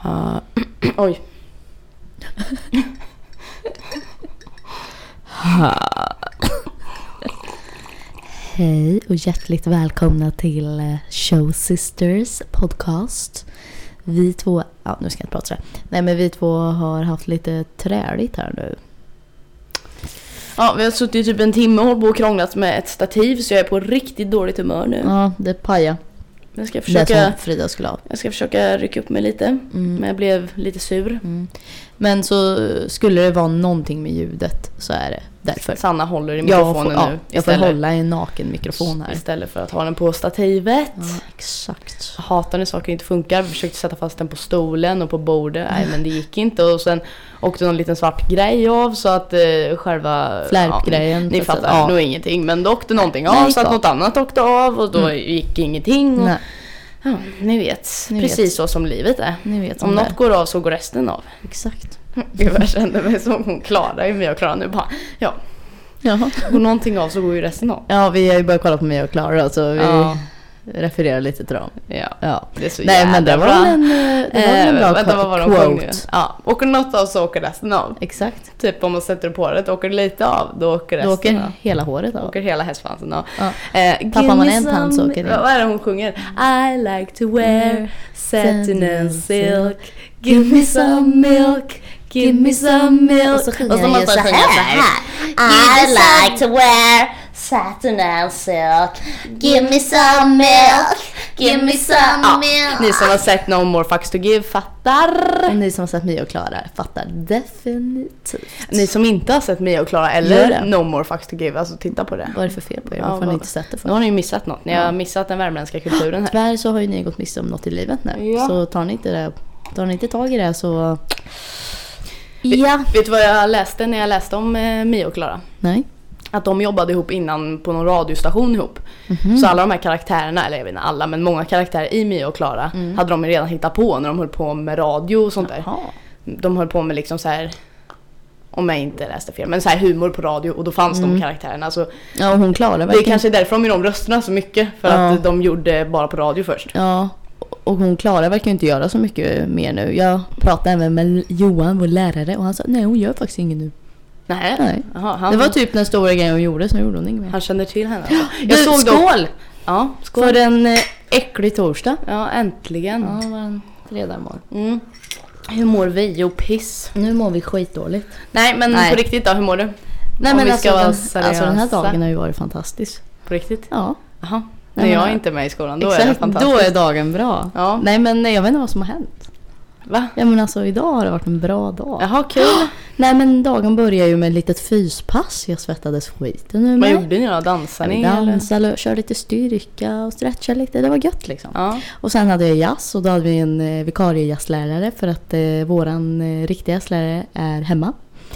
Oj. Hej och hjärtligt välkomna till Show Sisters podcast. Vi två, nu ska jag inte prata så här. Nej, men vi två har haft lite träligt här nu. Ja, vi har suttit typ en timme och hållit på och krånglat med ett stativ, så jag är på riktigt dåligt humör nu. Ja, det pajar. Jag ska Det försöka, som Frida skulle ha. jag ska försöka rycka upp mig lite, men jag blev lite sur. Men så skulle det vara någonting med ljudet så är det därför. Sanna håller i mikrofonen nu. Jag får hålla i en naken mikrofon här. Istället för att ha den på stativet. Ja, exakt. Jag hatar när saker inte funkar. Jag försökte sätta fast den på stolen och på bordet. Nej, men det gick inte. Och sen åkte någon liten svart grej av så att själva... Flärpgrejen. Ni fattar nog ingenting. Men då åkte någonting av så att något annat åkte av. Och då gick ingenting. Och, ja, ni vet. Precis så som livet är. Ni vet om något går av så går resten av. Exakt. Jag kände mig som hon Klara i mig och Klara nu bara. Ja. Går någonting av så går ju resten av. Ja, vi har ju börjat kolla på mig och Klara, så vi refererar lite till dem. Ja. Det är så nej, men det var en bra vänta, vad var de quote. Ja, åker något av så åker resten av. Exakt. Typ om man sätter på det, åker det lite av, då åker resten då åker av. hela håret av. Åker hela hästsvansen av. Ja. Tappar man en tand så åker det. Vad är det hon sjunger? I like to wear satin and silk. Give me some milk. Give me some milk. Och så sjunger jag ju så här. I like to wear satin and silk. Give me some milk. Give me some milk. Ni som har sett No More Fucks to Give fattar. Och ni som har sett mig och Klara fattar definitivt. Ni som inte har sett mig och Klara eller No More Fucks to Give, alltså titta på det. Vad är det för fel på er? Varför har ni inte sett det för? Nu har ni missat något. Ni har missat den värmländska kulturen här. Tyvärr så har ju ni gått miste om något i livet nu. Ja. Så tar ni inte tag i det så... Vet du vad jag läste när jag läste om Mia och Klara? Nej. Att de jobbade ihop innan på någon radiostation ihop. Så alla de här karaktärerna, eller jag vet inte alla, men många karaktärer i Mia och Klara hade de redan hittat på när de höll på med radio och sånt där. De höll på med liksom så här, om jag inte läste fel, men så här humor på radio, och då fanns de karaktärerna. Så ja, och hon Klara det är kanske därför de gör de rösterna så mycket, för att de gjorde bara på radio först. Ja. Och hon Klara verkar inte göra så mycket mer nu. Jag pratade även med Johan, vår lärare, och han sa nej, hon gör faktiskt inget nu. Nej. Aha, det var typ den stora grejen hon gjorde, så gjorde hon inget mer. Han känner till henne. Jag såg skål! Ja, skål. För en äcklig torsdag. Ja, äntligen. Ja, det var en fredag morgon. Hur mår vi? Jo, piss. Nu mår vi skitdåligt. Nej, men på riktigt då, hur mår du? Nej, men alltså den här dagen har ju varit fantastisk. På riktigt? Ja. Jaha. När jag är inte med i skolan, då exakt, är det fantastiskt. Då är dagen bra. Ja. Nej, men jag vet inte vad som har hänt. Va? Ja, men alltså idag har det varit en bra dag. Jaha, kul. Nej, men dagen börjar ju med ett litet fyspass. Jag svettades skiten nu. Vad gjorde ni då? Dansade ni? Dansade, körde lite styrka och stretchade lite. Det var gött liksom. Ja. Och sen hade jag jazz, och då hade vi en vikarie jazzlärare, för att våran riktiga jazzlärare är hemma.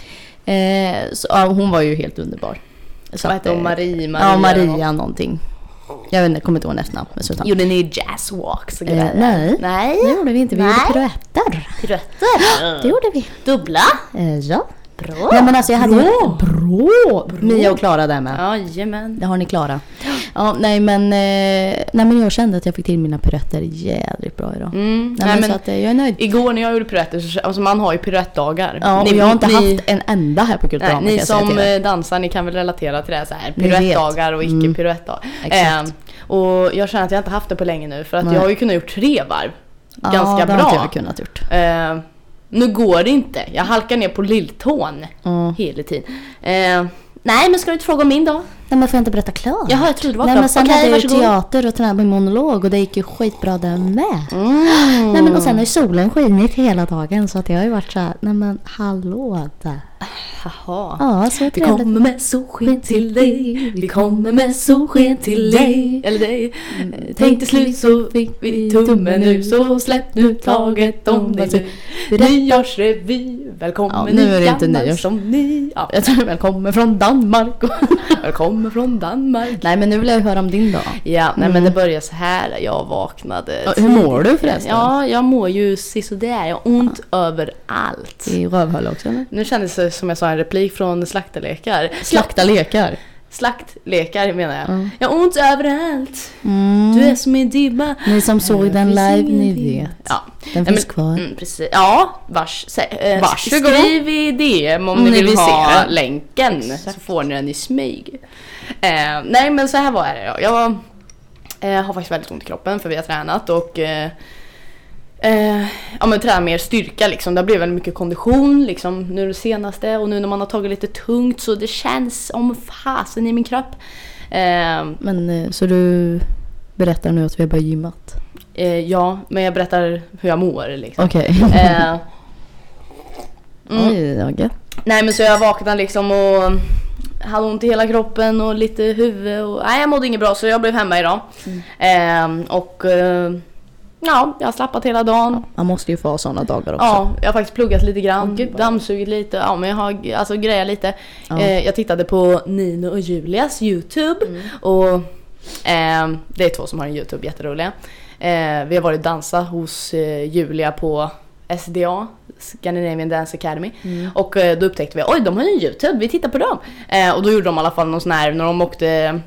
Så hon var ju helt underbar. Så att Maria. Ja, Maria någonting. Jag vet inte, kommer inte ihåg efternamn. Gjorde ni jazzwalks och grejer? Nej, det gjorde vi inte. Vi gjorde piruetter. Piruetter? Det gjorde vi. Dubbla? Ja. Bra. Nej, men alltså jag hade bra. Mia och Klara där med. Ja, jajamän. Det har ni Klara. Ja, nej men jag kände att jag fick till mina piruetter jävligt bra idag. Nej, men så att jag är nöjd. Igår när jag gjorde piruetter, så, alltså man har ju piruettdagar. Ja, och jag har inte haft en enda här på Kulturama. Ni som dansar, ni kan väl relatera till det här, så här piruettdagar och icke piruettdagar. Och jag känner att jag inte haft det på länge nu, för att jag har ju kunnat gjort 3 varv. Ganska bra. Ja, det har jag kunnat gjort. Nu går det inte. Jag halkar ner på lilltån hela tiden. Nej, men ska du inte fråga om min då? Nej, men får jag inte berätta klart? Jaha, jag trodde det var klart. klart. Men sen hade jag ju teater och tränade på monolog, och det gick ju skitbra där med. Nej, men och sen har ju solen skinit hela dagen, så att jag har ju varit så här, nej men hallå där. Jaha. Ja, så vi kommer med solsken till dig. Vi kommer med solsken till dig. Eller dig. Tänk till slut så fick vi tummen nu. Så släpp nu taget om dig. Nyårsrevy. Välkommen nu är det inte nyårs. Som ni. Ja, jag tror välkommen från Danmark. Välkommen från Danmark. Nej, men nu vill jag höra om din dag. Ja, nej, men det börjar så här. Jag vaknade. Hur mår du förresten? Ja, jag mår ju sådär. Jag har ont överallt. I rövhål också, eller? Nu kändes det som jag sa en replik från Slaktarlekar. Slaktarlekar? Slaktlekar menar jag. Jag har ont överallt. Du är som en dimma. Ni som såg den live, ni vet. Ja. Den finns kvar. Precis. Ja, Varsågod. Skriv i DM om ni vill ha länken. Exakt. Så får ni den i smyg. Nej, men så här var det. Jag har faktiskt väldigt ont i kroppen för vi har tränat och men träna mer styrka liksom. Det blir väldigt mycket kondition liksom nu det senaste, och nu när man har tagit lite tungt så det känns om fasen i min kropp. Men så du berättar nu att vi har börjat gymmat? Ja, men jag berättar hur jag mår liksom. Okej. Nej, men så jag vaknade liksom och hade ont i hela kroppen och lite huvud och nej, jag mådde inget bra så jag blev hemma idag. Ja, jag har slappat hela dagen. Man måste ju få ha sådana dagar också. Ja, jag har faktiskt pluggat lite grann, dammsugit lite. Ja, men jag har alltså grejat lite. Jag tittade på Nino och Julias YouTube. Och det är 2 som har en YouTube, jätteroliga. Vi har varit dansa hos Julia på SDA, Scandinavian Dance Academy. Och då upptäckte vi, oj, de har ju en YouTube, vi tittar på dem. Och då gjorde de i alla fall någon sån här, när de åkte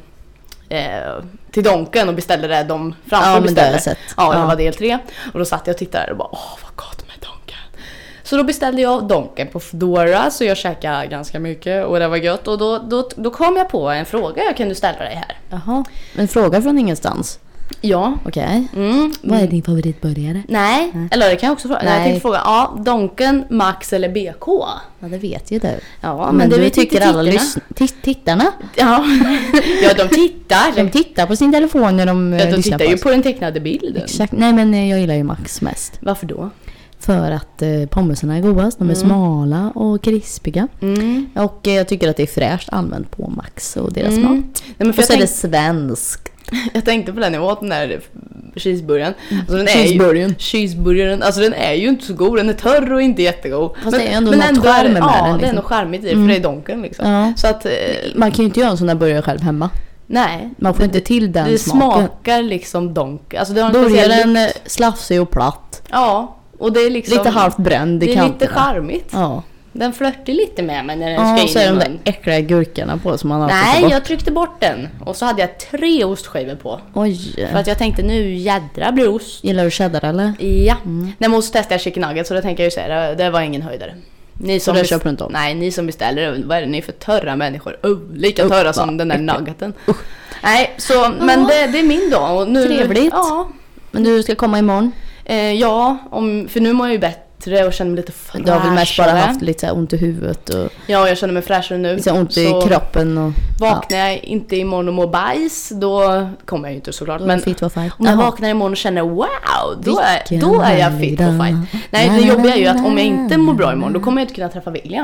till Donken och beställde det de framför beställde. Ja, det var del 3. Och då satt jag och tittade och bara, vad gott med Donken. Så då beställde jag Donken på Foodora, så jag käkade ganska mycket och det var gött. Och då kom jag på en fråga jag kunde ställa dig här. Jaha, en fråga från ingenstans. Ja. Okej. Vad är din favoritburgare? Nej, eller det kan jag också fråga. Jag tänkte fråga, Donken, Max eller BK? Ja, det vet ju du. Ja, men det tycker alla tittarna. Ja. Ja, de tittar. De tittar på sin telefon när de lyssnar på oss. De tittar ju på den tecknade bilden. Exakt. Nej, men jag gillar ju Max mest. Varför då? För att pommesarna är godast. De är smala och krispiga. Och jag tycker att det är fräscht använt på Max och deras mat. Nej, men för och så är det svenskt. Jag tänkte på den, jag åt den där cheeseburgaren. Alltså, cheeseburgaren. Alltså den är ju inte så god, den är törr och inte jättegod. Fast det är ändå något charm med den. Ja, det är nog charmigt i, för det är Donken liksom. Ja. Så att, man kan ju inte göra en sån där burgare själv hemma. Nej. Man får inte till den smaken. Det smakar liksom Donken. Alltså, då är den slafsig och platt. Ja, och det är liksom lite halvt bränd i kanterna. Det är lite charmigt. Ja. Den flörtar lite med mig när den ska in. Så är de där äckliga gurkorna på som man Nej, jag tryckte bort den. Och så hade jag 3 ostskivor på. Oj. För att jag tänkte, nu jädra blir ost. Gillar du cheddar eller? Ja. Nej, men så testade jag chicken nuggets, så det tänker jag ju säga, det var ingen höjdare. Ni som Nej, ni som beställer, vad är det ni för törra människor? Lika törra som den där nuggeten. Nej, så, men det är min dag. Och nu, trevligt. Ja. Men du ska komma imorgon? Ja, för nu mår jag ju bättre och känner mig lite fräschare. Du har väl mest bara haft lite så här ont i huvudet och ja, jag känner mig fräschare nu. Lite ont i kroppen och vaknar jag inte imorgon och mår bajs, då kommer jag ju inte såklart. Men fit for fight. Om jag vaknar imorgon och känner wow, då är jag fit for fight. Nej, det jobbiga är ju att om jag inte mår bra imorgon, då kommer jag inte kunna träffa William.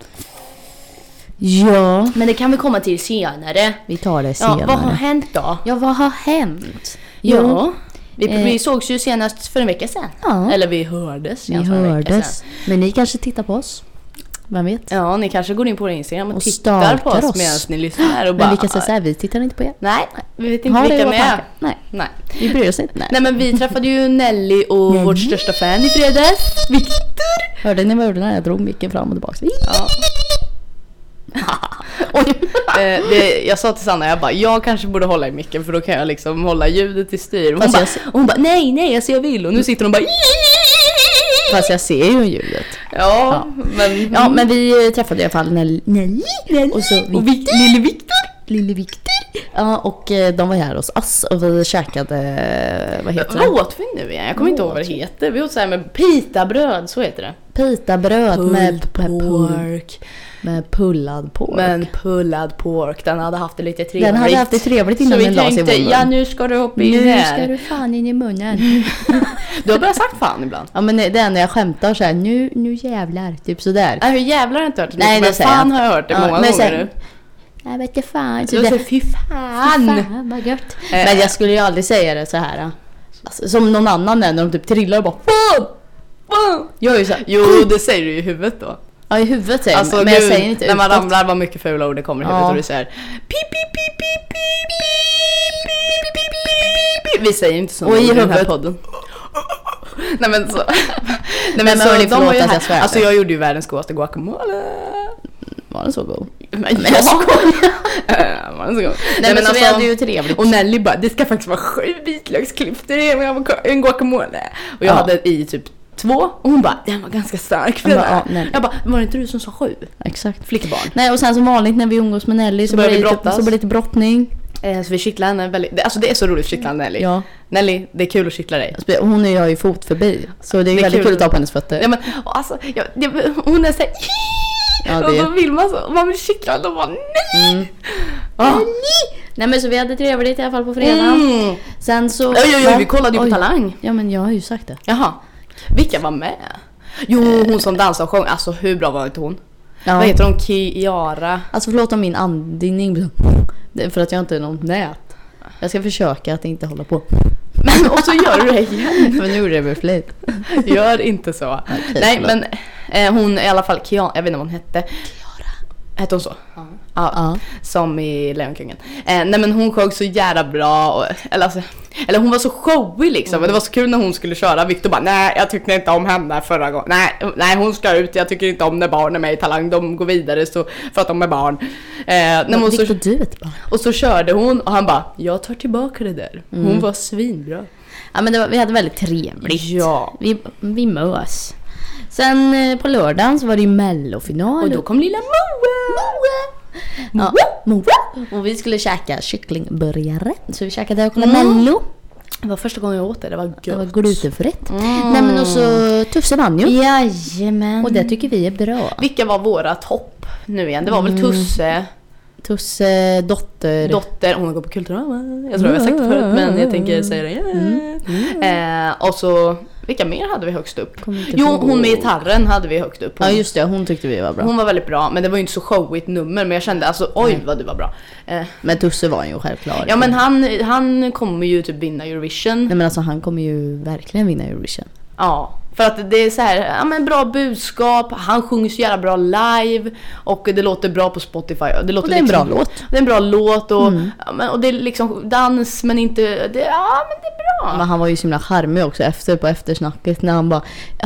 Ja, men det kan vi komma till senare. Vi tar det senare. Ja, vad har hänt då? Ja, vad har hänt? Ja. Vi sågs ju senast för en vecka sedan. Ja. Eller vi hördes. Men ni kanske tittar på oss. Vem vet? Ja, ni kanske går in på Instagram och tittar på oss medan ni lyssnar. Och bara, men vi kan säga så här, vi tittar inte på er. Nej, vi vet inte vilka vi är. Nej. Vi bryr oss inte. Nej, men vi träffade ju Nelly och vårt största fan i fredags, Victor. Hörde ni vad jag gjorde när jag drog micken fram och tillbaka? Ja. Jag sa till Sanna, jag kanske borde hålla i micken, för då kan jag liksom hålla ljudet i styr. Hon bara, nej, alltså jag vill. Och nu sitter hon bara fast jag ser ju ljudet. Ja. Men vi träffade i alla fall Nelly och så Lille Victor. Ja, och de var här hos oss och vi käkade, vad heter det? Vad åt vi nu igen? Jag kommer inte ihåg vad det heter. Vi åt så här med pitabröd, så heter det. Pitabröd med pork. Med pullad pork. Men pullad pork, den hade haft det lite trevligt. Den hade haft det trevligt innan den la sig i munnen. Ja, nu ska du upp in här. Nu ska du fan in i munnen. Du har bara sagt fan ibland. Ja, men det är när jag skämtar så här, nu jävlar, typ sådär. Nej, hur jävlar har jag inte hört det. Nej, det säger fan har jag hört det många gånger nu. Jag vet inte fan. Så det fy fan. Vad gött. Men jag skulle ju aldrig säga det så här. Alltså, som någon annan när de typ trillar och bara fan. Jag är ju så här, jo, det säger du i huvudet då. Ja, i huvudet säger alltså, men jag säger inte när man ramlar var mycket fula ord det kommer i huvudet och du säger vi säger inte så i den här podden. Nej men så. Nej men så de var ju här. Alltså jag gjorde ju världens godaste guacamole. Var den så god? Men jag skojar. Var den så god? Nej, men så vi hade ju trevligt. Och Nelly bara, det ska faktiskt vara 7 vitlöksklyftor i en guacamole. Och jag hade i typ 2 och hon bara, den var ganska stark för jag bara, var det inte du som sa 7? Exakt. Flickebarn. Nej, och sen som vanligt när vi umgås med Nelly så blir det lite brottning. Så vi kittlar henne väldigt, alltså det är så roligt att kittla Nelly. Ja. Nelly, det är kul att kittla dig. Hon är ju fot förbi, så det är väldigt kul att ta på hennes fötter. Ja, men alltså, hon är så här, ja, och då vill man vill kittla och då bara nej. Nej, men så vi hade trevligt i alla fall på fredagen. Sen så vi kollade ju på Talang. Ja, men jag har ju sagt det. Jaha. Vilka var med? Jo, hon som dansade och sjöng. Alltså hur bra var inte hon? Ja. Vad heter hon? Kiara? Alltså förlåt om min andning. Det är för att jag inte har något nät. Jag ska försöka att inte hålla på. Men och så gör du det igen. Men nu gjorde det med flit. Gör inte så. Okay, nej, men hon i alla fall Kiara, jag vet inte vad hon hette. Hette hon så? Ja. Som i Lejonkungen. Nej, men hon sjöng så jävla bra. Eller hon var så showig liksom. Men det var så kul när hon skulle köra. Victor bara, nej jag tyckte inte om henne förra gången. Nej, hon ska ut. Jag tycker inte om när barn är med i Talang. De går vidare så, för att de är barn. Victor, du vet bara. Och så körde hon och han bara, jag tar tillbaka det där. Hon var svinbra. Ja, men vi hade väldigt trevligt. Ja. Vi mös. Sen på lördagen så var det ju mellofinal. Och då kom lilla Moa. Moa. Och vi skulle käka kycklingburgare. Så vi käkade och kollade mello. Det var första gången jag åt det. Det var gött. Det var glutenfritt. Nej, men och så Tusse vann ju. Jajamän. Och det tycker vi är bra. Vilka var våra topp nu igen? Det var väl Tusse, dotter. Hon har gått på Kulturama. Jag tror jag har sagt det förut, men jag tänker säga det. Och så, vilka mer hade vi högst upp? Jo, hon med gitarren hade vi högt upp. Ja, just det. Hon tyckte vi var bra. Hon var väldigt bra, men det var ju inte så showigt nummer. Men jag kände, alltså, oj vad du var bra. Men Tusse var ju självklar. Ja, men han kommer ju typ vinna Eurovision. Nej, men alltså han kommer ju verkligen vinna Eurovision. Ja. För att det är så här, ja men bra budskap, han sjunger så jävla bra live och det låter bra på Spotify. Det låter och det är en bra låt. Det är en bra låt och, och det är liksom dans men inte, men det är bra. Men han var ju så himla charmig också på eftersnacket när han bara,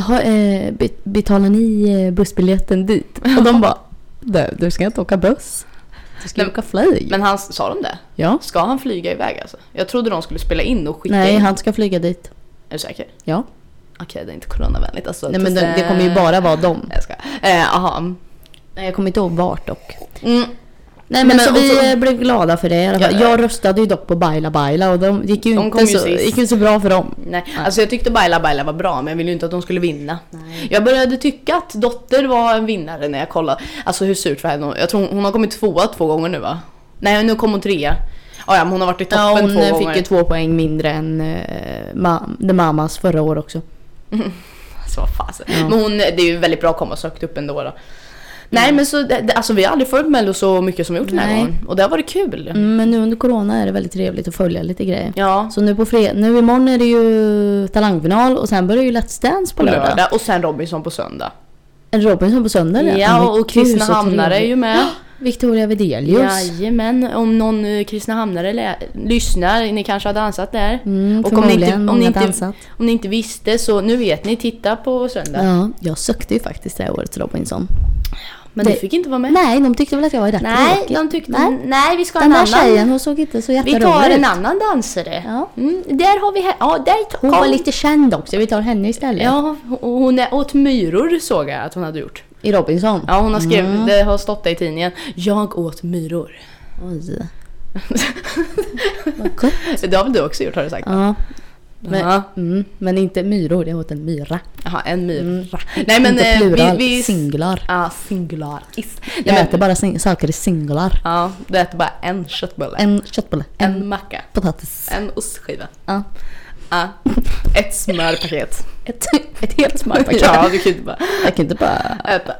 betalar ni bussbiljetten dit? Och de bara, du ska inte åka buss. Du ska åka flyg. Men sa de det? Ja. Ska han flyga iväg alltså? Jag trodde de skulle spela in och skicka in. Nej, han ska flyga dit. Är du säker? Ja. Okej, det är inte coronavänligt alltså. Nej, men det kommer ju bara vara dem. Jag ska. Aha. Nej, jag kommer inte ihåg vart dock. Nej, men så vi blev glada för det. Jag röstade ju dock på Baila och de gick ju inte så bra för dem. Nej, alltså jag tyckte Baila var bra, men jag ville ju inte att de skulle vinna. Nej. Jag började tycka att Dotter var en vinnare när jag kollade. Alltså hur surt för henne. Jag tror hon har kommit 2 gånger nu, va? Nej, nu kom hon 3. Ja, men hon har varit i toppen 2 gånger. Hon fick ju 2 poäng mindre än The Mamas förra år också. Så fasen. Ja. Men det är ju väldigt bra att komma och sökt upp ändå då. Nej, men så alltså vi har aldrig följt Mello så mycket som vi gjort den här gången. Och det har varit kul. Men nu under corona är det väldigt trevligt att följa lite grejer. Ja. Så nu imorgon är det ju talangfinal och sen börjar ju Let's Dance på lördag. Och sen Robinson på söndag. Robinson på söndag? Ja, och Kristna Hamnare är ju med. Victoria Widelius. Jajamän, om någon Kristna Hamnare lyssnar, ni kanske har dansat där. Och om ni inte visste så nu vet ni, titta på söndag. Ja, jag sökte ju faktiskt det här årets Robinson. Men du fick inte vara med. Nej, de tyckte väl att jag var rätt tråkig. De tyckte, nej, vi ska ha den en där annan. tjejen, hon såg inte så jätterolig ut. Vi tar en annan dansare. Ja. Där har vi hon var lite känd också, vi tar henne istället. Ja, hon åt myror såg jag att hon hade gjort. I Robinson? Ja, hon har skrivit, det har stått där i tidningen. Jag åt myror. Oj. Det har väl du också gjort, har du sagt? Ja. Men inte myror, jag åt en myra. Jaha, en myra. Nej, men inte plural, vi singular. Ja, singular. Jag äter bara saker i singular. Ja, du äter bara en köttbulle. En macka. Potatis. En ostskiva. Ja. Ett smörpaket. Ett helt smörpaket. Ja, du kan inte bara. Jag kan inte bara äta.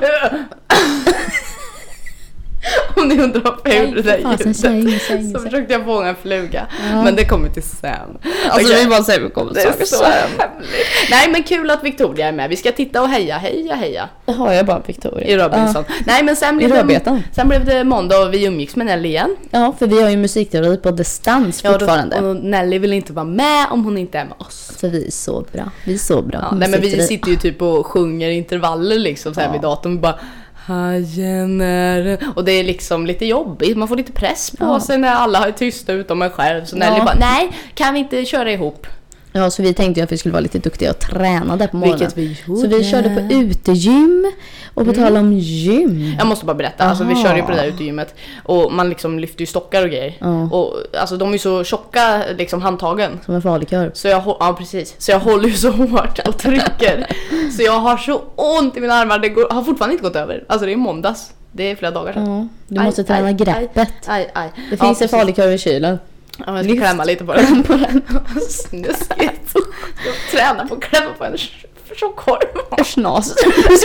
Om ni undrar varför jag gjorde det där ljudet så försökte jag fånga en fluga. Men det kommer till sen. Alltså vi bara säger vi kommer det är så hemligt. Nej, men kul att Victoria är med. Vi ska titta och heja. Det har jag bara Victoria. I Robinson. Nej, men sen blev det måndag och vi umgicks med Nelly igen. Ja, för vi har ju musikteori på distans fortfarande. Och Nelly vill inte vara med om hon inte är med oss. Så vi är så bra. Ja, nej, men vi sitter ju typ och sjunger intervaller liksom så här vid datorn. Vi bara hajen är... Och det är liksom lite jobbigt. Man får lite press på sig när alla är tysta utom en själv. Så Nelly bara, nej, kan vi inte köra ihop? Ja, så vi tänkte ju att vi skulle vara lite duktiga och träna där på morgonen. Vilket vi gjorde. Så vi körde på utegym. Och på tal om gym. Jag måste bara berätta, alltså vi körde ju på det där utegymmet. Och man liksom lyfter ju stockar och grejer. Och alltså de är ju så tjocka liksom handtagen. Som en falikör. Så ja, precis. Så jag håller ju så hårt och trycker. Så jag har så ont i mina armar. Det har fortfarande inte gått över. Alltså det är måndags. Det är flera dagar sedan. Du måste träna greppet. Aj. Det finns en falikör i kylen. Ja, jag ska klämma lite på den. Snuskigt. Jag tränar på att klämma på en tjockkorv. Snas.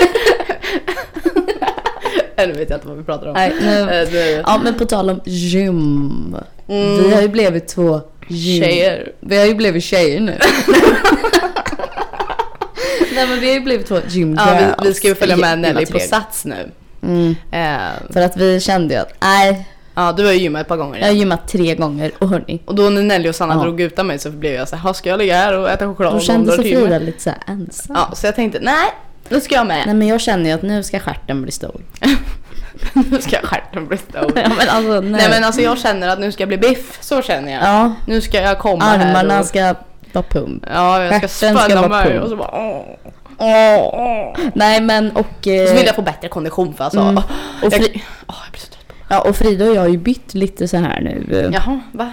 Nu vet jag inte vad vi pratar om. Nej, ja, men på tal om gym. Vi har ju blivit 2 tjejer. Vi har ju blivit tjejer nu. Nej, men vi har ju blivit 2 gymgirls. Ja, vi ska ju följa med Nelly på Sats nu. För att vi kände ju att ja, du har ju gymmat ett par gånger. Jag har gymmat 3 gånger och hörni. Och då när Nelly och Sanna drog utan mig så blev jag så här, ska jag ligga här och äta choklad? Då kände Sofia lite så här ensam. Ja, så jag tänkte, nej, nu ska jag med. Nej, men jag känner ju att nu ska stjärten bli stor. Nu ska stjärten bli stor. Ja, men alltså, nej, men alltså jag känner att nu ska jag bli biff, så känner jag. Ja. Nu ska jag komma armarna här och... ska vara pump. Ja, jag ska spänna mig och så bara... Nej, men och... så vill jag få bättre kondition för alltså. Och jag blir så trött på. Ja, och Frida och jag har ju bytt lite så här nu. Jaha, va?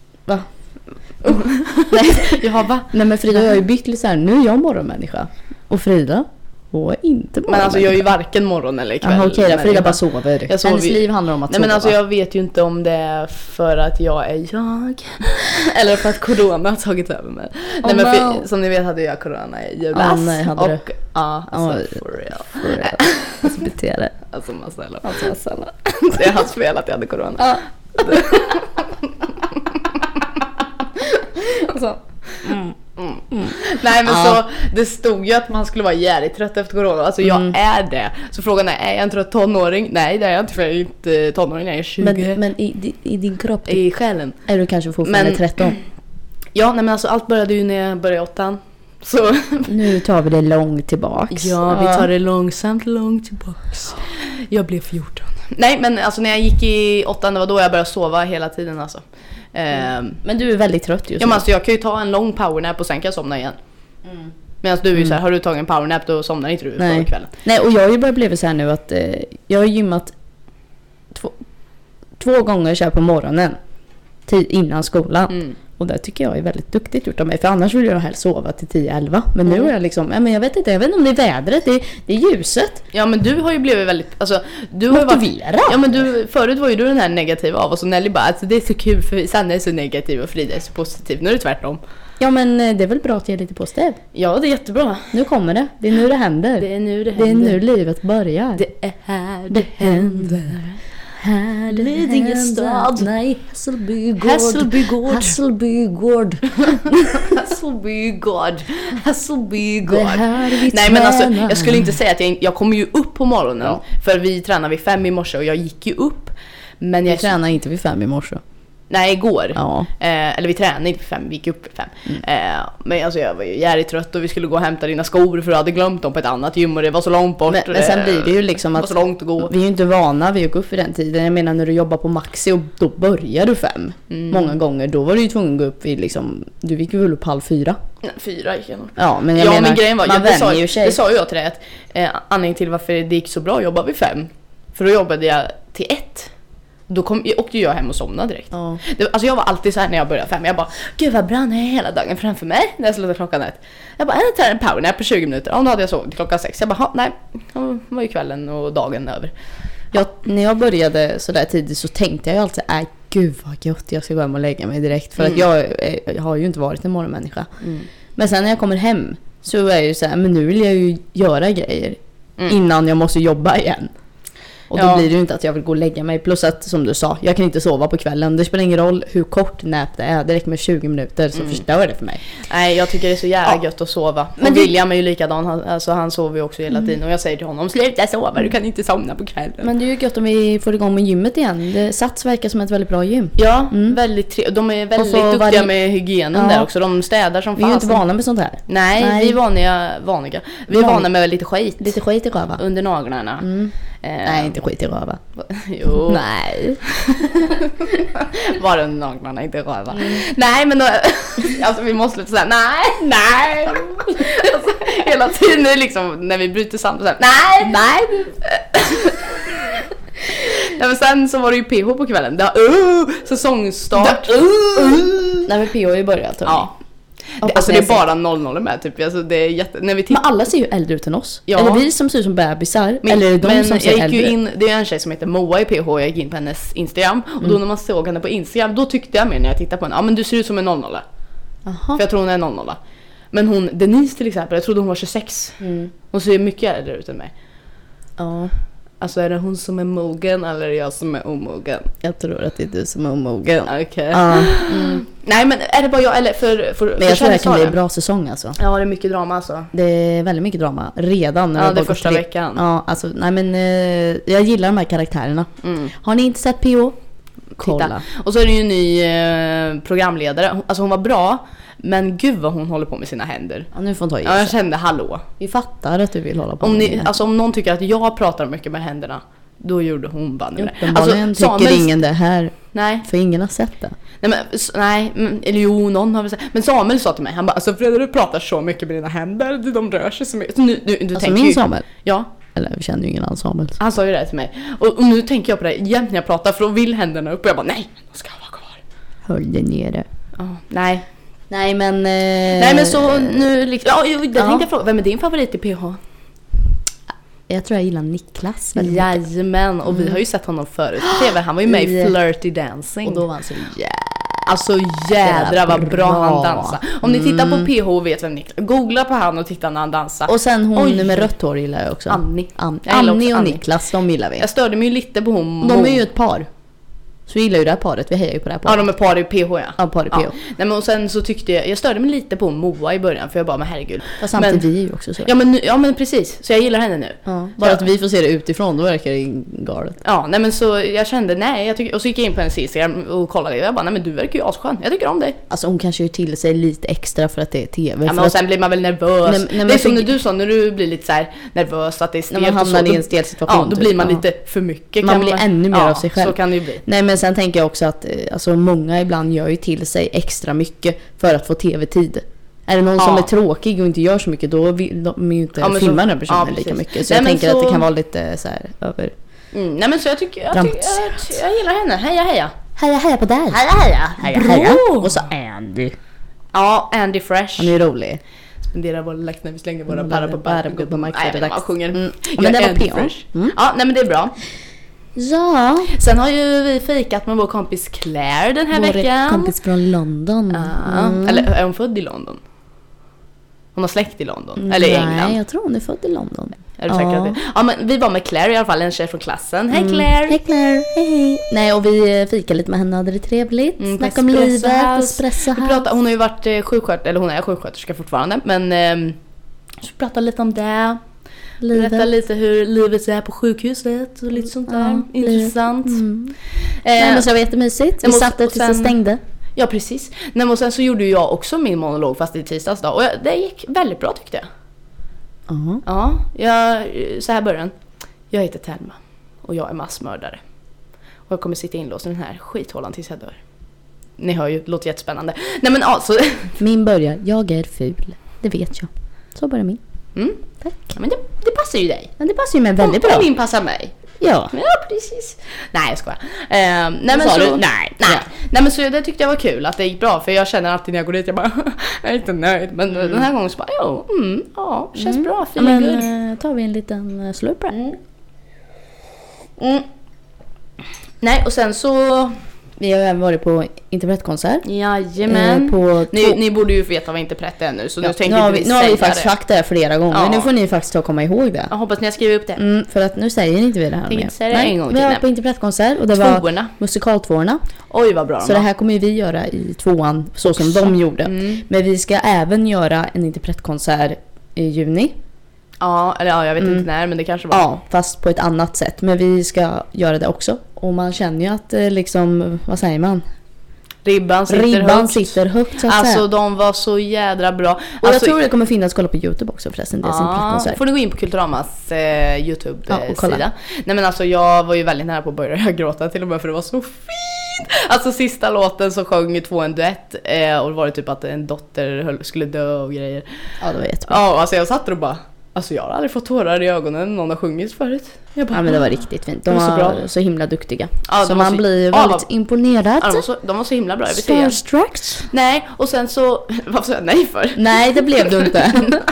Nej. Jaha, va? Nej, men Frida och jag har ju bytt lite så här. Nu är jag morgonmänniska. Och Frida och inte morgonmänniska. Men alltså jag är ju varken morgon eller kväll. Aha, okej, Frida bara sover. Hennes liv handlar om att sova. Nej, men alltså jag vet ju inte om det är för att jag är jag. Eller för att corona har tagit över mig. Nej, men för, som ni vet hade jag corona i julas. Nej, hade du? Ja, alltså for real. Alltså bete dig. Alltså man snälla. Det är hans fel att jag hade corona. Ja. Alltså. Nej, men så det stod ju att man skulle vara jävligt trött efter corona. Alltså jag är det. Så frågan är jag en trött tonåring? Nej, det är jag inte, för jag är inte tonåring, jag är 20. Men i din kropp, i själen är du kanske fortfarande 13? Ja, nej, men alltså allt började ju när jag började 8. Så nu tar vi det långt tillbaks. Ja, vi tar det långsamt långt tillbaks. Jag blev 14. Nej, men alltså när jag gick i 8, det var då jag började sova hela tiden alltså. Men du är väldigt trött just nu. Ja, men alltså jag kan ju ta en lång powernap och sen kan jag somna igen. Men alltså du är ju så här, har du tagit en powernap då somnar inte du på kvällen. Nej, och jag har ju bara blivit så här nu att jag har gymmat 2 gånger så här på morgonen innan skolan. Och det tycker jag är väldigt duktigt gjort av mig. För annars vill jag helst sova till 10-11. Men nu är jag liksom, men jag vet inte om det är vädret, det är ljuset. Ja, men du har ju blivit väldigt, alltså du har motiverad. Ja, men förut var ju du den här negativa av oss, och Nelly bara, alltså det är så kul för Sanna är så negativ och Frida är så positiv. Nu är det tvärtom. Ja, men det är väl bra att jag är lite positiv. Ja, det är jättebra. Nu kommer det. Det är nu det händer. Det är nu livet börjar. Det är här det händer. Lidingö stad. Nej, Hässelbygård. Nej, men alltså jag skulle inte säga att jag kommer ju upp på morgonen. Ja. För vi tränade vid 5 i morse och jag gick ju upp. Men jag tränade inte vid 5 i morse. Nej, igår. Ja. Eller vi tränade inte vid 5, vi gick upp vid 5. Men alltså jag var ju jävligt trött och vi skulle gå och hämta dina skor för jag hade glömt dem på ett annat gym och det var så långt bort. Men sen blir det ju liksom att så långt att gå. Vi är ju inte vana vid att gå upp vid den tiden. Jag menar när du jobbar på Maxi och då börjar du 5. Många gånger. Då var du ju tvungen att gå upp vid liksom, du gick ju väl upp 3:30. 4 gick jag nog. Ja, men jag menar, men grejen var, det sa ju jag till dig att anledningen till varför det gick så bra att jobba vid 5. För då jobbade jag till 1. Då åkte jag hem och somnade direkt. Ja. Alltså jag var alltid så här när jag började 5. Jag bara, gud vad brann jag hela dagen framför mig när jag slutade klockan 1. Jag bara, jag tar en powernap på 20 minuter. Och då hade jag sovit klockan 6. Jag bara, nej, då var ju kvällen och dagen över. När jag började så där tidigt så tänkte jag ju alltid, gud vad gott, jag ska gå hem och lägga mig direkt. För att jag har ju inte varit en morgonmänniska. Men sen när jag kommer hem så är jag ju så här, men nu vill jag ju göra grejer innan jag måste jobba igen. Och då blir det ju inte att jag vill gå och lägga mig. Plus att, som du sa, jag kan inte sova på kvällen. Det spelar ingen roll hur kort nap det är. Det räcker med 20 minuter så förstör det för mig. Nej, jag tycker det är så jävla gött att sova. Men William är ju likadan. Han sover ju också hela tiden. Och jag säger till honom, sluta sova, du kan inte somna på kvällen. Men det är ju gött om vi får igång med gymmet igen. Sats verkar som ett väldigt bra gym. Ja, väldigt de är väldigt duktiga med hygienen där också. De städar som fan. Vi är ju inte vana med sånt här. Nej. Vi är vanliga. Vi är vana med lite skit. Lite skit i röva. Under naglarna. Nej, inte skit i röva. Jo. Nej. Var det naglarna, inte röva. Nej, men då, alltså vi måste säga nej. Alltså, hela tiden liksom, när vi bryter samman så här, nej. Ja, men sen så var det ju PH på kvällen. Det säsongstart. Nej, men PH är ju börjat. Ja. Alltså det är bara 00 med typ. Alltså det är när vi men alla ser ju äldre ut än oss. Ja. Eller vi som ser ut som bebisar. Eller är det de som ser äldre ut? Det är en tjej som heter Moa i PH. Jag gick in på hennes Instagram. Och då när man såg henne på Instagram, då tyckte jag mer när jag tittade på henne. Ja, men du ser ut som en 00. För jag tror hon är 00. Men hon, Denise till exempel, jag trodde hon var 26. Hon ser mycket äldre ut än mig. Ja. Alltså är det hon som är mogen eller är det jag som är omogen? Jag tror att det är du som är omogen. Okej. Nej, men är det bara jag eller för men jag tror det kan bli en bra säsong alltså. Ja, det är mycket drama alltså. Det är väldigt mycket drama redan. Ja, det är första veckan. Ja, alltså nej men jag gillar de här karaktärerna. Har ni inte sett PH? Kolla. Titta. Och så är det ju en ny programledare. Alltså hon var bra. Men gud vad hon håller på med sina händer. Ja, nu får hon ta i sig. Ja, jag kände hallå. Vi fattar att du vill hålla på om någon tycker att jag pratar mycket med händerna, då gjorde hon banne. Alltså tycker ingen det här. Nej. För ingen har sett det. Eller jo, någon har väl sett. Men Samuel sa till mig, han bara, alltså Freda, du pratar så mycket med dina händer. De rör sig så mycket. Du alltså min Samuel? Ja. Eller vi känner ju ingen annan Samuel. Han sa ju det till mig. Och nu tänker jag på det jämt när jag pratar, för då vill händerna upp. Och jag bara, nej, de ska vara kvar. Höll det nere. Nej. Nej men... Nej men så nu liksom... Ja, tänkte jag fråga, vem är din favorit i PH? Jag tror jag gillar Niklas. Jajamän, och vi har ju sett honom förut på TV. Han var ju med i Flirty Dancing. Och då var han så alltså jädra vad bra han dansar. Om ni tittar på PH och vet vem Niklas, googla på han och titta när han dansar. Och sen hon med rött hår gillar jag också. Annie och Niklas, de gillar vi. Jag störde mig ju lite på hon. De är ju ett par. Så vi gillar ju det här paret, vi hejar ju på det här paret. Ja, de är par i PH, ja. Ja, par i PH. Ja. Nej, men och sen så tyckte jag störde mig lite på Moa i början, för jag bara, men herregud. Och samtidigt vi är ju också så. Ja men precis, så jag gillar henne nu. Ja, bara att vi får se det utifrån, då verkar det galet. Ja, nej men så jag kände, och så gick jag in på hennes Instagram och kollade, och jag bara, nej men du verkar ju asskön, jag tycker om dig. Alltså hon kanske ju till sig lite extra för att det är TV. Ja, men och sen blir man väl nervös. Nej, det är som när du sa, när du blir lite så här nervös, att det är stelt. När man hamnar i en stel situation. Ja, då blir man lite för mycket. Man blir ännu mer av sig själv. Så kan det ju bli. Nej, men sen tänker jag också att alltså, många ibland gör ju till sig extra mycket för att få tv-tid. Är det någon som är tråkig och inte gör så mycket, då vill de ju inte filma den personen lika mycket. Så jag tänker att det kan vara lite så här över. Nej, men så jag gillar henne. Heja. Heja på dig. Heja. Och så Andy. Ja, Andy Fresh. Han är ju rolig. Spendera våra lax när vi slänger våra bära på Mike. Nej, man sjunger. Men det var PH. Ja, nej men det är bra. Ja. Sen har ju vi fikat med vår kompis Claire den här veckan. Vår kompis från London. Eller är hon född i London? Hon har släkt i London. Eller i England. Nej, jag tror hon är född i London. Är du säker att det? Ja, men vi var med Claire i alla fall, en tjej från klassen. Hej Claire! Hej Claire, hej. Nej, och vi fikade lite med henne, hade det trevligt. Snacka om livet, espresso house. Hon har ju varit sjuksköterska, eller hon är sjuksköterska fortfarande. Men så pratar lite om det. Berätta lite hur livet är på sjukhuset och lite sånt där. Intressant. Nej, men så var jättemysigt. Vi satt där tills det stängde. Ja, precis. Nej, och sen så gjorde jag också min monolog fast i tisdags då. Och det gick väldigt bra tyckte jag. Ja, så här början. Jag heter Thelma och jag är massmördare. Och jag kommer sitta inlåst i den här skithålan tills jag dör. Ni hör ju, det låter jättespännande. Nej, men alltså. Min börjar, jag är ful. Det vet jag. Så börjar min. Tack. Ja, men det passar ju dig. Men det passar ju mig väldigt bra. Och min passar mig. Ja, precis. Nej, jag skojar. Nej, men så, nej, men så det tyckte jag var kul att det gick bra. För jag känner alltid när jag går dit, jag bara, jag är inte nöjd. Men den här gången så bara, känns bra. Men tar vi en liten slurp här. Nej, och sen så... Vi har även varit på interpretkonsert. Jajamän. Ni borde ju veta vad interpret är nu. Så nu tänker nu har vi faktiskt sagt det flera gånger. Ja. Nu får ni faktiskt komma ihåg det. Jag hoppas ni har skrivit upp det. För att nu säger inte vi det här mer. Säga det en gång vi var på interpretkonsert och det var musikaltvårna. Oj, vad bra. Så det här kommer vi göra i tvåan så som de gjorde. Men vi ska även göra en interpretkonsert i juni. Ja, eller jag vet inte när, men det kanske var. Ja, fast på ett annat sätt. Men vi ska göra det också. Och man känner ju att liksom, vad säger man? Ribban sitter högt så att alltså säga. de var så jädra bra. Och alltså, jag tror det kommer finnas kolla på YouTube också förresten. Det är sin plattkonsert. får ni gå in på Kulturamas YouTube-sida. Nej men alltså jag var ju väldigt nära på att börja gråta till och med för det var så fint. Alltså sista låten så sjöng 2 en duett och det var det typ att en dotter skulle dö och grejer. Ja, det var jättebra. Ja, alltså jag satt och bara, alltså jag har aldrig fått tårar i ögonen någon har sjungit förut. Jag bara, Ja, men det var riktigt fint. De var så himla duktiga. Ja, så man blir väldigt imponerad. Ja, de var så himla bra. Starstruck. Nej, och sen så, vad sa jag nej för? Nej, det blev du inte.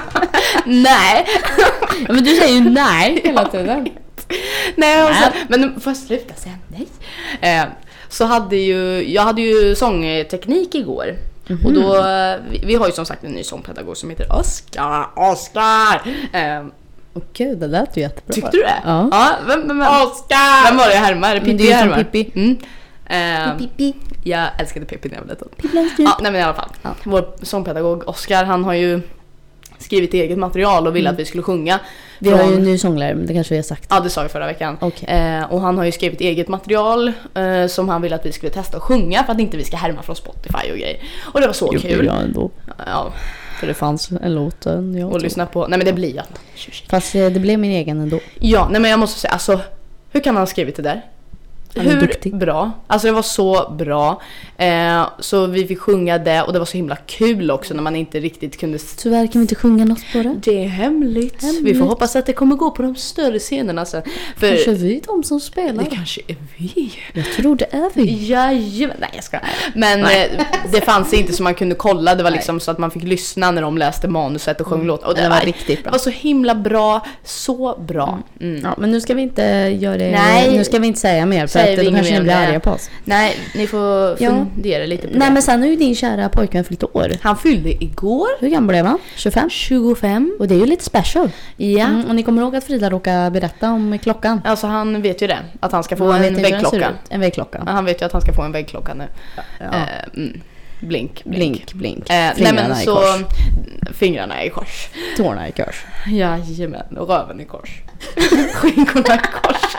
Nej. Ja, men du säger ju nej hela tiden. Nej, och sen, men får jag sluta säga nej? Så jag hade ju sångteknik igår. Och då, vi har ju som sagt en ny sångpedagog som heter Oskar. Okej, det lät ju jättebra. Tyckte du det? Ja. Oskar! Vem var det jag härmade? Är det Pippi jag härmar? Pippi. Pippi. Jag älskade Pippi när jag var liten. Pippi. Ja, nej men i alla fall. Ja. Vår sångpedagog Oskar, han har ju skrivit eget material och ville att vi skulle sjunga. Vi har ju en ny sånglärare, men det kanske vi har sagt. Ja, det sa vi förra veckan. Okay. Och han har ju skrivit eget material som han vill att vi skulle testa att sjunga för att inte vi ska härma från Spotify och grejer. Och det var så kul. Ja, ändå. Ja. För det fanns en låt och lyssna på. Nej men det blir att. Fast det blev min egen ändå. Ja, nej men jag måste säga, alltså hur kan han ha skrivit det där? Hur bra? Alltså det var så bra. Så vi fick sjunga det och det var så himla kul också när man inte riktigt kunde. Tyvärr kan vi inte sjunga något på det. Det är hemligt. Vi får hoppas att det kommer gå på de större scenerna sen. För kanske vi de som spelar. Det kanske är vi. Jag tror det är vi. Jajamän. Nej jag ska. Men det fanns inte så man kunde kolla. Det var liksom så att man fick lyssna när de läste manuset och sjöng låt. Och det var riktigt bra. Det var så himla bra. Så bra. Ja, men nu ska vi inte göra det. Nej. Nu ska vi inte säga mer. För att då kanske ni blir arga på oss. Nej, ni får fundera lite på det. Nej, men sen är ju din kära pojkvän fyllt år. Han fyllde igår. Hur gammal blev han? 25? Och det är ju lite special. Ja. Och ni kommer ihåg att Frida råkade berätta om klockan. Alltså han vet ju det. Att han ska få en väggklocka. En väggklocka. Han vet ju att han ska få en väggklocka nu. Ja. Blink. Nej men så kors. Fingrarna i kors. Tårna i kors. Jajamän, och röven i kors. Skinkorna i kors.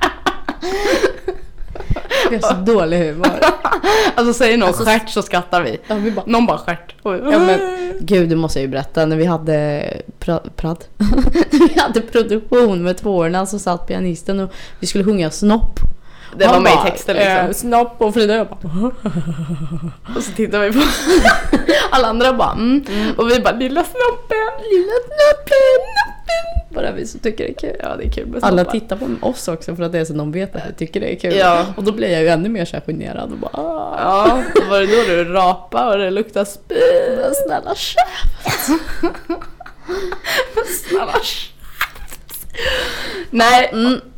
Det är så dålig humor. Alltså säger någon stjärt så skrattar vi. Ja, vi bara, någon bara stjärt. Ja, men gud, det måste jag ju berätta. När vi hade vi hade produktion med tvåorna så satt pianisten och vi skulle sjunga Snopp. Det var med i texten liksom. Snopp och Frida och bara. Och så tittar vi på alla andra bara och vi bara lilla snoppen. Bara vi som tycker det är kul. Ja, det är kul med alla tittar på oss också för att det är så de vet att vi tycker det är kul. Ja. Och då blir jag ju ännu mer så generad och bara ja, då var det då du rapade och det luktar spy. Snälla käft. Snälla käft. Nej.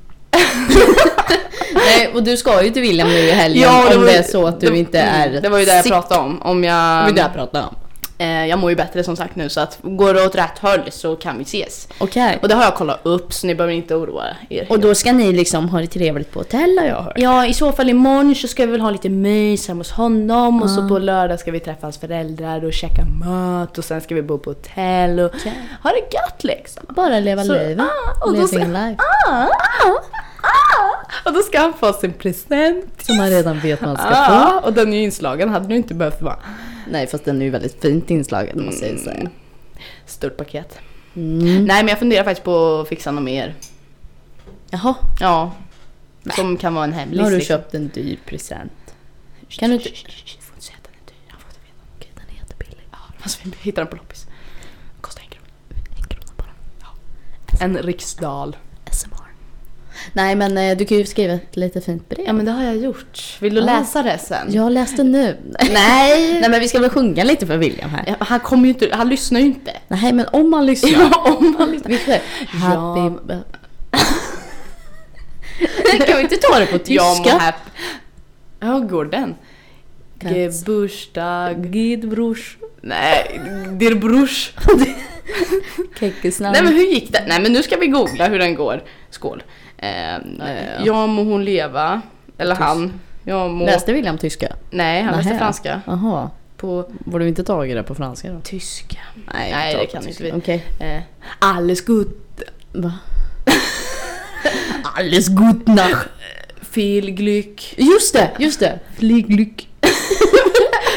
Nej, och du ska ju till William nu i helgen om det är så att du inte är. Det var ju det jag pratade om. Jag mår ju bättre som sagt nu så att går det åt rätt håll så kan vi ses. Okej. Och det har jag kollat upp så ni behöver inte oroa er. Och då ska ni liksom ha det trevligt på hotell har jag hört. Ja, i så fall imorgon så ska vi väl ha lite mys hemma hos honom och så på lördag ska vi träffa hans föräldrar och käka mat och sen ska vi bo på hotell och ha det gött liksom. Bara leva livet. Och då ska han få sin present som man redan vet man ska få. Och den är ju inslagen, hade du inte behövt vara. Nej, fast den är ju väldigt fint inslagen måste jag säga. Stort paket. Nej, men jag funderar faktiskt på att fixa något mer. Jaha. Ja. Som kan vara en hemlis. Har du köpt en dyr present? Kan du inte... får inte säga att den är dyr. Han får inte veta. Okej, den är jättebillig. Ja, alltså vi hittar den på loppis. Den kostar 1 krona. 1 krona bara. Ja. En riksdal. SMR. Nej, men du kan ju skriva ett lite fint brev. Ja, men det har jag gjort. Vill du läsa det sen? Jag läste nu. Nej. Nej, men vi ska väl sjunga lite för William här. Ja, han kommer ju inte, han lyssnar ju inte. Nej, men om man lyssnar. Ja, om man lyssnar. Happy... Kan vi inte ta det på tyska? Ja, går den? Geburtstag. Gidbrush. Nej, dir brush. Kekkesnamn. Nej, men hur gick det? Nej, men nu ska vi googla hur den går. Skål. Jag må hon leva. Eller han. Jag må... Läste William tyska? Nej, han läste franska. Jaha. Var du inte tagit det på franska då? Tyska. Nej, det kan inte vi. Okej. Alles gut. Va? Alles gut nach. Viel Glück. Just det. Viel Glück.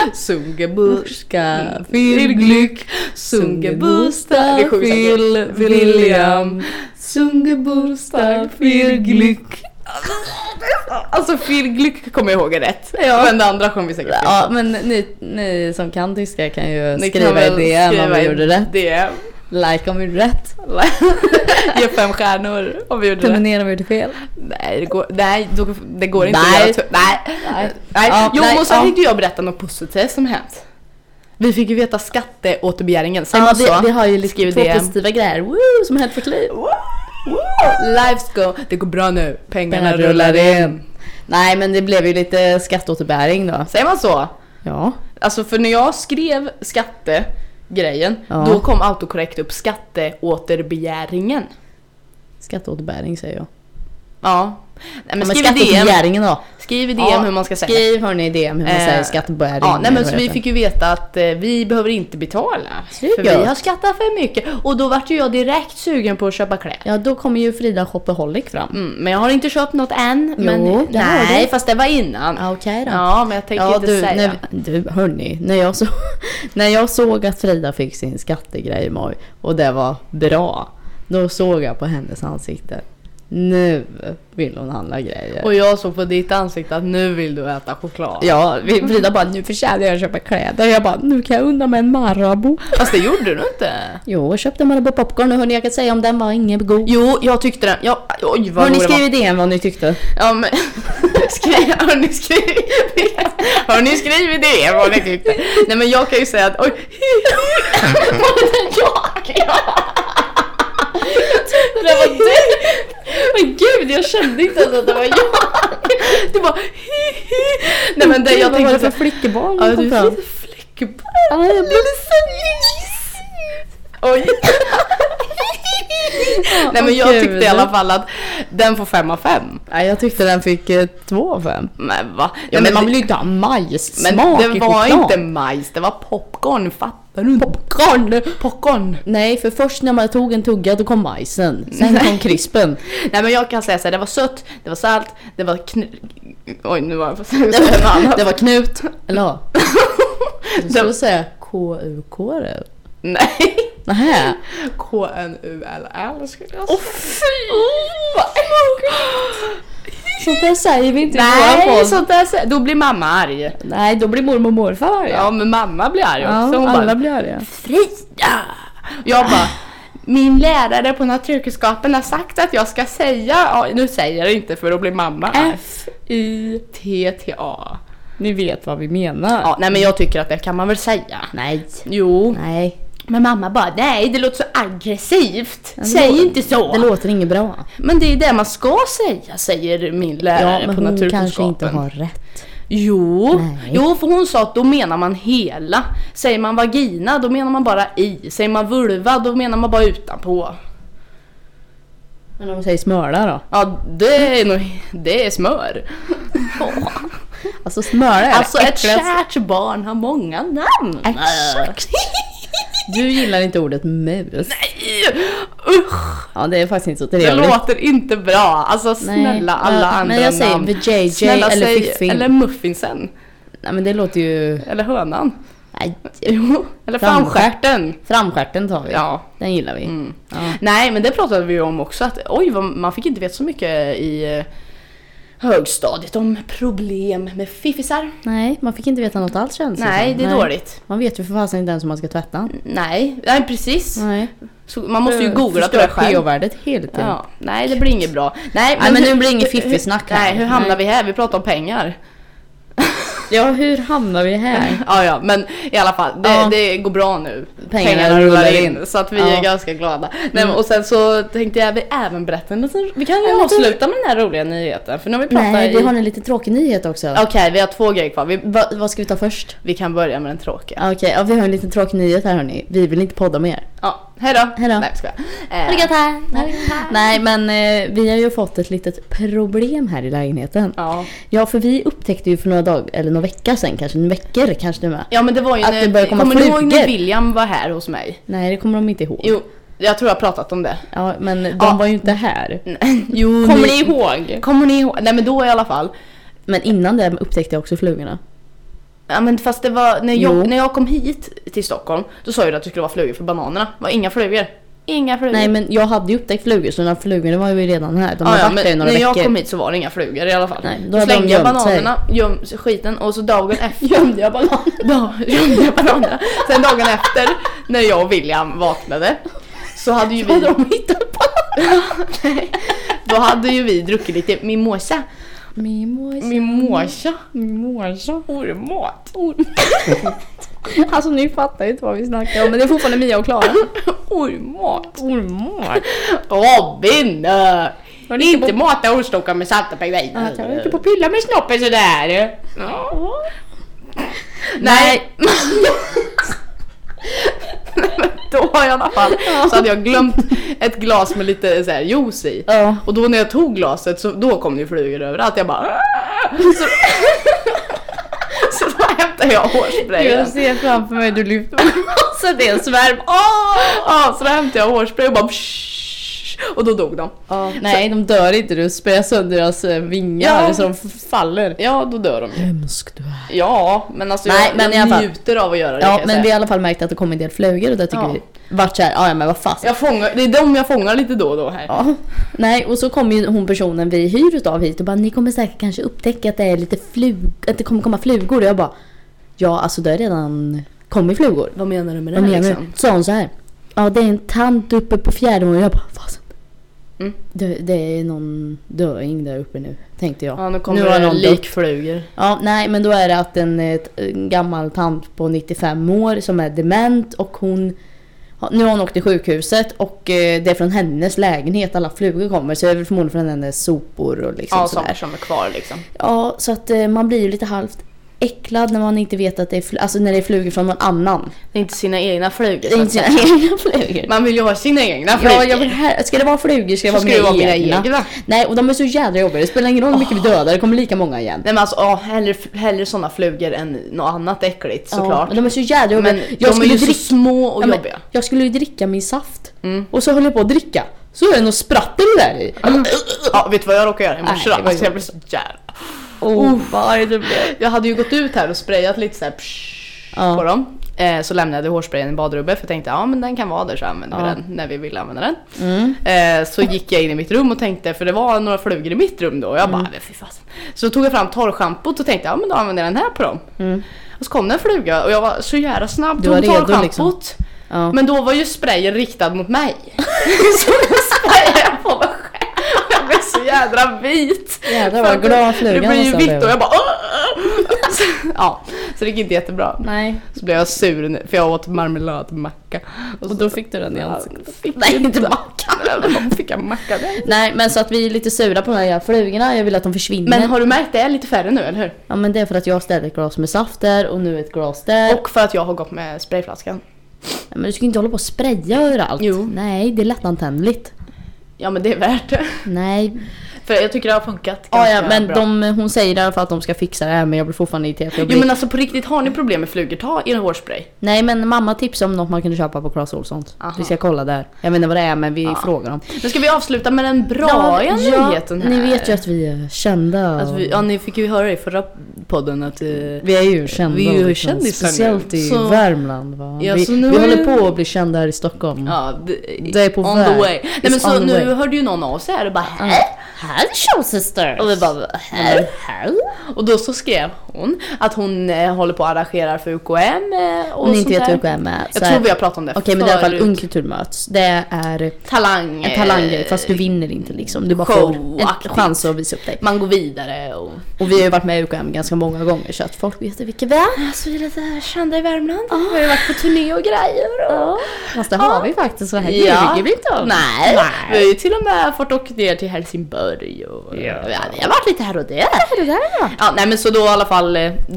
Sungebuska viel Glück. Sungebusta viel William. Sungebusta viel Glück. Alltså viel Glück kommer jag ihåg är rätt. Ja. Men det andra kommer vi säkert. Ja, men ni som kan tyska kan ju skriva i DM om vi gjorde rätt. DM. Like om vi gjorde rätt. Ge 5 stjärnor om vi gjorde rätt. Terminera om vi gjorde fel. Nej, det går inte att göra. Nej. Jo, och sen tänkte jag berätta något positivt som hänt. Vi fick ju veta skatteåterbegäringen. Vi har ju skrivit två positiva grejer. Woo, som hänt för liv. Lives go. Det går bra nu. Pengarna rullar in. Nej, men det blev ju lite skatteåterbäring då. Säger man så? Ja. Alltså för när jag skrev skattegrejen, då kom autokorrekt upp skatteåterbegäringen. Skatteåterbäring säger jag. Ja. Nej, men skriv skatteåterbegäringen då. Skriv i DM hur man ska säga. Skriv hörni i DM hur man säger skatteåterbegäring. Ja, nej men så vi fick ju veta att vi behöver inte betala. För vi har skattat för mycket. Och då vart ju jag direkt sugen på att köpa kläder. Ja, då kommer ju Frida Shopaholic fram. Men jag har inte köpt något än. Jo, men nej, fast det var innan. Okej då. Ja, men jag tänker inte säga. Hörni, när jag såg att Frida fick sin skattegrej i maj och det var bra, då såg jag på hennes ansikte. Nu vill hon handla grejer. Och jag såg på ditt ansikte att nu vill du äta choklad. Ja, Frida bara, nu förtjänar jag att köpa kläder. Jag bara, nu kan jag unna med en Marabou. Fast det gjorde du inte. Jo, jag köpte Marabou popcorn och hörni, jag kan säga om den var ingen god. Jo, jag tyckte den. Oj, vad har ni skrivit det vad ni tyckte? Ja, men har ni skrivit det vad ni tyckte? Nej, men jag kan ju säga att oj. Det var du. Men gud, jag kände inte ens att det var jag. Det var nej, men det jag tänkte för flickebarn. Ja, du är lite flickebarn. Ja, jag blev så oj. Nej, men jag tyckte i alla fall att den får 5 av 5. Nej, jag tyckte den fick 2 av 5. Men va? Ja, men man vill ju inte ha majssmak. Men det var inte majs, det var popcorn, fattar du? Popcorn. Nej, för först när man tog en tugga då kom majsen. Sen kom krispen. Nej, men jag kan säga så här, det var sött, det var salt, det var oj, nu var jag på det var knut. Eller ja. Du skulle säga KUK. Nej. Nähä. KNULL skulle jag säga. Sånt där säger vi inte. Nej, sånt där då blir mamma arg. Nej, då blir mormor och morfar arga. Ja, men mamma blir arg också. Ja, alla blir arga. Frida! Jag bara, min lärare på naturkunskapen har sagt att jag ska säga, ja, nu säger jag inte för då blir mamma arg. FITTA. Ni vet vad vi menar. Ja, nej, men jag tycker att det kan man väl säga. Nej. Jo. Nej. Men mamma bara, nej, det låter så aggressivt. Säg inte så. Det låter inget bra. Men det är det man ska säga, säger min lärare på naturkunskapen. Ja, men hon kanske inte har rätt. Jo, för hon sa att då menar man hela. Säger man vagina, då menar man bara i. Säger man vulva, då menar man bara utanpå. Men om man säger smörla då? Ja, det är smör. Alltså smörla är alltså ett kärt barn har många namn. Exakt. Du gillar inte ordet mus. Nej, usch. Ja, det är faktiskt inte så trevligt. Det låter inte bra. Alltså snälla, alla andra men jag säger namn. JJ snälla, eller Fiffin. Eller muffinsen. Nej, men det låter ju... Eller hönan. Nej. Jo, eller framskärten. Framskärten tar vi. Ja. Den gillar vi. Ja. Nej, men det pratade vi om också. Att, man fick inte veta så mycket i högstadiet om problem med fiffisar. Nej, man fick inte veta något alls känns det. Nej, det är dåligt. Man vet ju för fasen inte ens hur man ska tvätta. Nej, precis. Nej. Så man måste ju googla på det själv. pH-värdet hela tiden. Ja. Nej, det blir inget bra. Nej, men nu blir det inget fiffisnack här. Nej, hur hamnar vi här? Vi pratar om pengar. Ja, hur hamnar vi här? Ja, men i alla fall, det går bra nu. Pengarna rullar in. Så att vi är ganska glada. Nej, och sen så tänkte jag även berätta vi kan ju avsluta med den här roliga nyheten. För nu har vi pratat vi har en lite tråkig nyhet också. Okej, vi har 2 grejer kvar. Vad ska vi ta först? Vi kan börja med den tråkiga. Okej, vi har en liten tråkig nyhet här hörni. Vi vill inte podda mer. Ja, hej då. Nej, ska jag. Nej, men vi har ju fått ett litet problem här i lägenheten. Ja, för vi upptäckte ju för några veckor sedan, kanske nu med. Ja, men det var ju att det började komma flugor. Kommer du ihåg när William var här hos mig? Nej, det kommer de inte ihåg. Jo, jag tror jag har pratat om det. Ja, men de var ju inte här. Jo, kommer ni ihåg? Nej, men då i alla fall. Men innan det upptäckte jag också flugorna. Ja, men fast det var när jag kom hit till Stockholm, då sa jag att det skulle vara flugor för bananerna. Det var inga flugor. Nej, men jag hade ju upptäckt flugor, så när flugorna var ju redan här. De har varit där i några veckor. När jag kom hit så var det inga flugor i alla fall. Nej, då slängde jag bananerna, gömde skiten, och så dagen efter gömde jag bananerna. Sen dagen efter, när jag och William vaknade, så hade ju vi då hade ju vi druckit lite mimosa. Ormat. Alltså ni fattar ju inte vad vi snackar om, men det är fortfarande Mia och Klara. Ormat. Robin! Inte mata ostokar med salta på dig. Jag kan inte på pilla med snoppen sådär. Nej. Då har jag i alla fall så hade jag glömt ett glas med lite så här juice i. Och då när jag tog glaset, så då kom det flugor överallt. Jag bara så då hämtade jag hårspray. Jag ser framför mig du lyfter så det är en svärm. Så då hämtade jag hårspray och bara och då dog de. Nej, de dör inte. Du sprayar sönder deras vingar så de faller. Ja, då dör de ju. Hemskt du är. Ja, men alltså jag njuter av att göra det. Ja, men vi har i alla fall märkt att det kommer en del flugor, och det tycker vi vart så här, ja men vad fast. Det är de jag fångar lite då och då här. Ja. Nej, och så kommer ju hon personen vi hyr utav hit och bara, ni kommer säkert kanske upptäcka att det är lite att det kommer komma flugor. Och jag bara, ja alltså det är redan kommit flugor. Vad menar du med det här liksom? Så hon så här, ja det är en tant uppe på fjärde och jag bara, fasen. Det är någon döing där uppe nu, tänkte jag. Ja, nu kommer det likflugor. Ja, nej, men då är det att en gammal tant på 95 år som är dement, och nu har hon åkt till sjukhuset, och det är från hennes lägenhet alla flugor kommer, så det är väl förmodligen från hennes sopor och liksom sådär. Som är kvar liksom. Ja, så att man blir ju lite halvt äcklad när man inte vet att det är alltså när det är flugor från någon annan. Det är inte sina egna flugor. Det är inte sina egna flugor. Man vill ju ha sina egna flugor. Ja, ska det vara flugor ska det vara mina egna. Nej, och de är så jävla jobbiga. Det spelar ingen roll hur mycket vi dödar. Det kommer lika många igen. Nej, men alltså, hellre sådana flugor än något annat äckligt, såklart. Men de är så jävla jobbiga. Men de är ju så små och jobbiga. Jag skulle ju dricka min saft. Och så höll jag på att dricka. Så är det något sprattel där i. Ja, vet du vad jag råkade göra i morse då? Alltså, jag blev så jävla... vad är det? Jag hade ju gått ut här och sprayat lite så här på dem. Så lämnade jag hårsprayen i badrummet, för jag tänkte, men den kan vara där, så använder vi den när vi vill använda den. Så gick jag in i mitt rum och tänkte, för det var några flugor i mitt rum då, och jag bara, fy fasen. Så tog jag fram torrschampot och tänkte, men då använder jag den här på dem. Och så kom det en fluga, och jag var så jävla snabb, tog torrschampot. Liksom. Men då var ju sprayen riktad mot mig. Så då sprayade jag på mig själv. Jag blev så jädra vit. Jädrar vad glad flugan. Det blev ju vitt och jag bara så det gick inte jättebra. Nej. Så blev jag sur för jag åt marmeladmacka. Och då fick du den i ansiktet. Nej, inte macka. Då fick jag macka. Nej, men så att vi är lite sura på de här flugorna. Jag vill att de försvinner. Men har du märkt det är lite färre nu, eller hur? Ja, men det är för att jag ställde ett glas med saft där och nu ett glas där. Och för att jag har gått med sprayflaskan. Ja, men du ska inte hålla på och spraya överallt. Jo. Nej, det är lättantändligt. Ja, men det är värt det. Nej. För jag tycker det har funkat ganska bra. Men hon säger i alla fall att de ska fixa det här, men jag blir fortfarande irriterad. Jo, men alltså på riktigt, har ni problem med flugor, ta er hårspray. Nej, men mamma tipsade om något man kunde köpa på Clas Ohlson. Vi ska kolla där. Jag vet inte vad det är, men vi frågar dem. Men ska vi avsluta med den bra nyheten här? Ni vet ju att vi är kända. Ni fick ju höra i förra podden att vi är ju kända. Vi är ju kändisar. Speciellt i Värmland, va? Ja, vi håller på att bli kända här i Stockholm. Ja, det är på on väg. The way. Nej, men så nu hörde ju någon av oss här och bara här Show Sisters. Och vi bara här. Och då så skrev hon att hon håller på att arrangera för UKM och hon inte vet UKM är. Jag tror vi har pratat om det. Okej, men det är i alla fall Ung Kultur möts. Det är talanger, fast du vinner inte liksom. Du bara får en chans att visa upp dig. Man går vidare och vi har ju varit med i UKM ganska många gånger, så att folk vet vilka vi är. Alltså vi är lite kända i Värmland. Vi har ju varit på turné och grejer. Fast det har vi faktiskt så här. Det blir inte av. Nej. Vi har ju till och med fått åka ner till Helsingborg och vi har varit lite här och där. Ja, nej, men så då i alla fall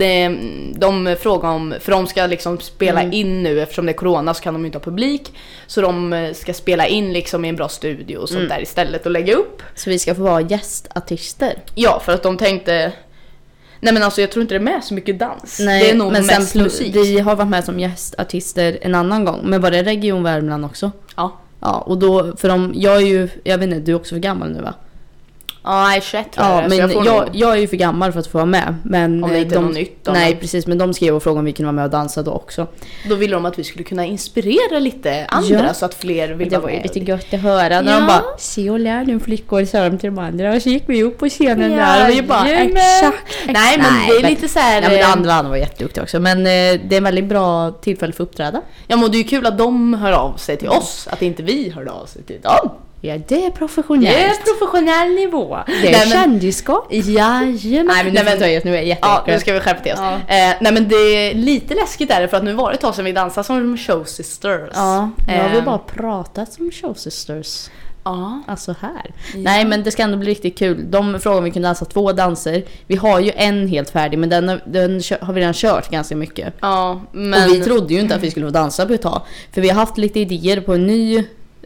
de frågar om, för de ska liksom spela in nu, eftersom det är corona så kan de inte ha publik, så de ska spela in liksom i en bra studio och sånt där istället och lägga upp. Så vi ska få vara gästartister. Ja, för att de tänkte, nej men alltså jag tror inte det är med så mycket dans. Nej, det är nog men mest musik. Vi har varit med som gästartister en annan gång, men var det Region Värmland också? Ja. Ja, och då, för jag vet inte, du är också för gammal nu, va? Ja, 21 tror Ja, jag. men Så jag är ju för gammal för att få vara med. Men om det inte är något nytt. Nej, precis. Men de skrev och frågade om vi kunde vara med och dansa då också. Då ville de att vi skulle kunna inspirera lite andra så att fler vill det vara var ju med. lite gött att höra när de bara se och lär nu flickor, sa de till de andra. Och så gick vi upp på scenen där och vi bara exakt. Nej, men det är lite så här. Ja, men det andra var jätteduktiga också. Men det är en väldigt bra tillfälle för att uppträda. Ja, men det är ju kul att de hör av sig till oss, att inte vi hörde av sig till dem. Ja, det är professionellt. Det är professionell nivå. Det är kändisskap. Jajamän. Nej, men nu är jag jätteäcklig. Ja, nu ska vi skärpa till oss. Ja. Nej, men det är lite läskigt där för att nu var det ett tag sedan vi dansade som Show Sisters. Ja, nu har vi bara pratat som Show Sisters. Ja. Alltså här. Ja. Nej, men det ska ändå bli riktigt kul. De frågade om vi kunde dansa 2 danser. Vi har ju en helt färdig, men den har vi redan kört ganska mycket. Ja, men... Och vi trodde ju inte att vi skulle få dansa på ett tag. För vi har haft lite idéer på en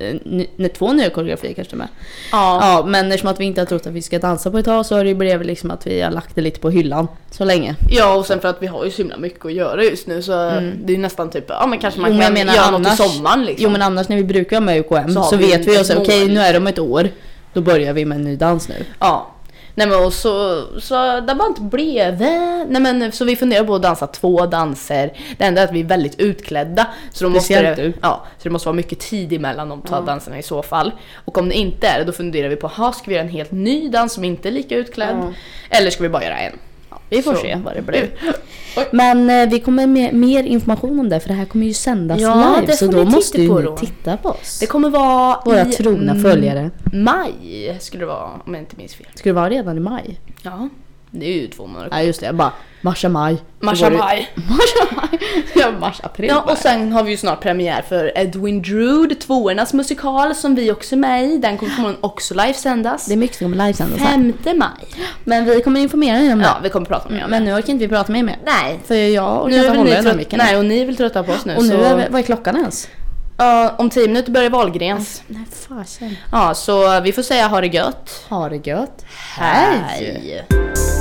2 nya koreografier kanske med. Ja, men eftersom att vi inte har trott att vi ska dansa på ett tag så har det blivit liksom att vi har lagt det lite på hyllan så länge. Ja, och sen för att vi har ju så himla mycket att göra just nu så det är ju nästan typ, ja men kanske man kan göra annars, något i sommaren liksom. Jo, men annars när vi brukar vara med i UKM så vet vi ju så okej, nu är det om ett år. Då börjar vi med en ny dans nu. Ja. Nej, men och så det bara inte blev. Nej, men så vi funderar på att dansa 2 danser. Det enda är att vi är väldigt utklädda, så då måste så det måste vara mycket tid emellan de 2 danserna i så fall. Och om det inte är det, då funderar vi på ska vi göra en helt ny dans som inte är lika utklädd eller ska vi bara göra en? Vi får se vad det blir. Men vi kommer med mer information om det, för det här kommer ju sändas live, så då måste du titta på oss. Det kommer vara våra trogna följare. Maj skulle det vara, om jag inte minns fel. Skulle det vara redan i maj? Ja, det är ju 2 månader. Ja, just det. Bara maj. Maj. Ja, mars-april. Ja, och sen har vi ju snart premiär för Edwin Drood, 2:ornas musikal som vi också är med i. Den kommer förmodligen också livesändas. Det är mycket som kommer livesändas. 5 maj. Men vi kommer informera er om det. Ja, vi kommer prata mer om det. Men nu orkar inte vi prata mer. Nej. För jag orkar inte hålla den micken. Nej, och ni vill trötta på oss nu. Och nu vad är klockan ens? Om 10 minuter börjar Wahlgrens. Nej, fasen. Ja, så vi får säga ha det gött. Ha det gött. Hej.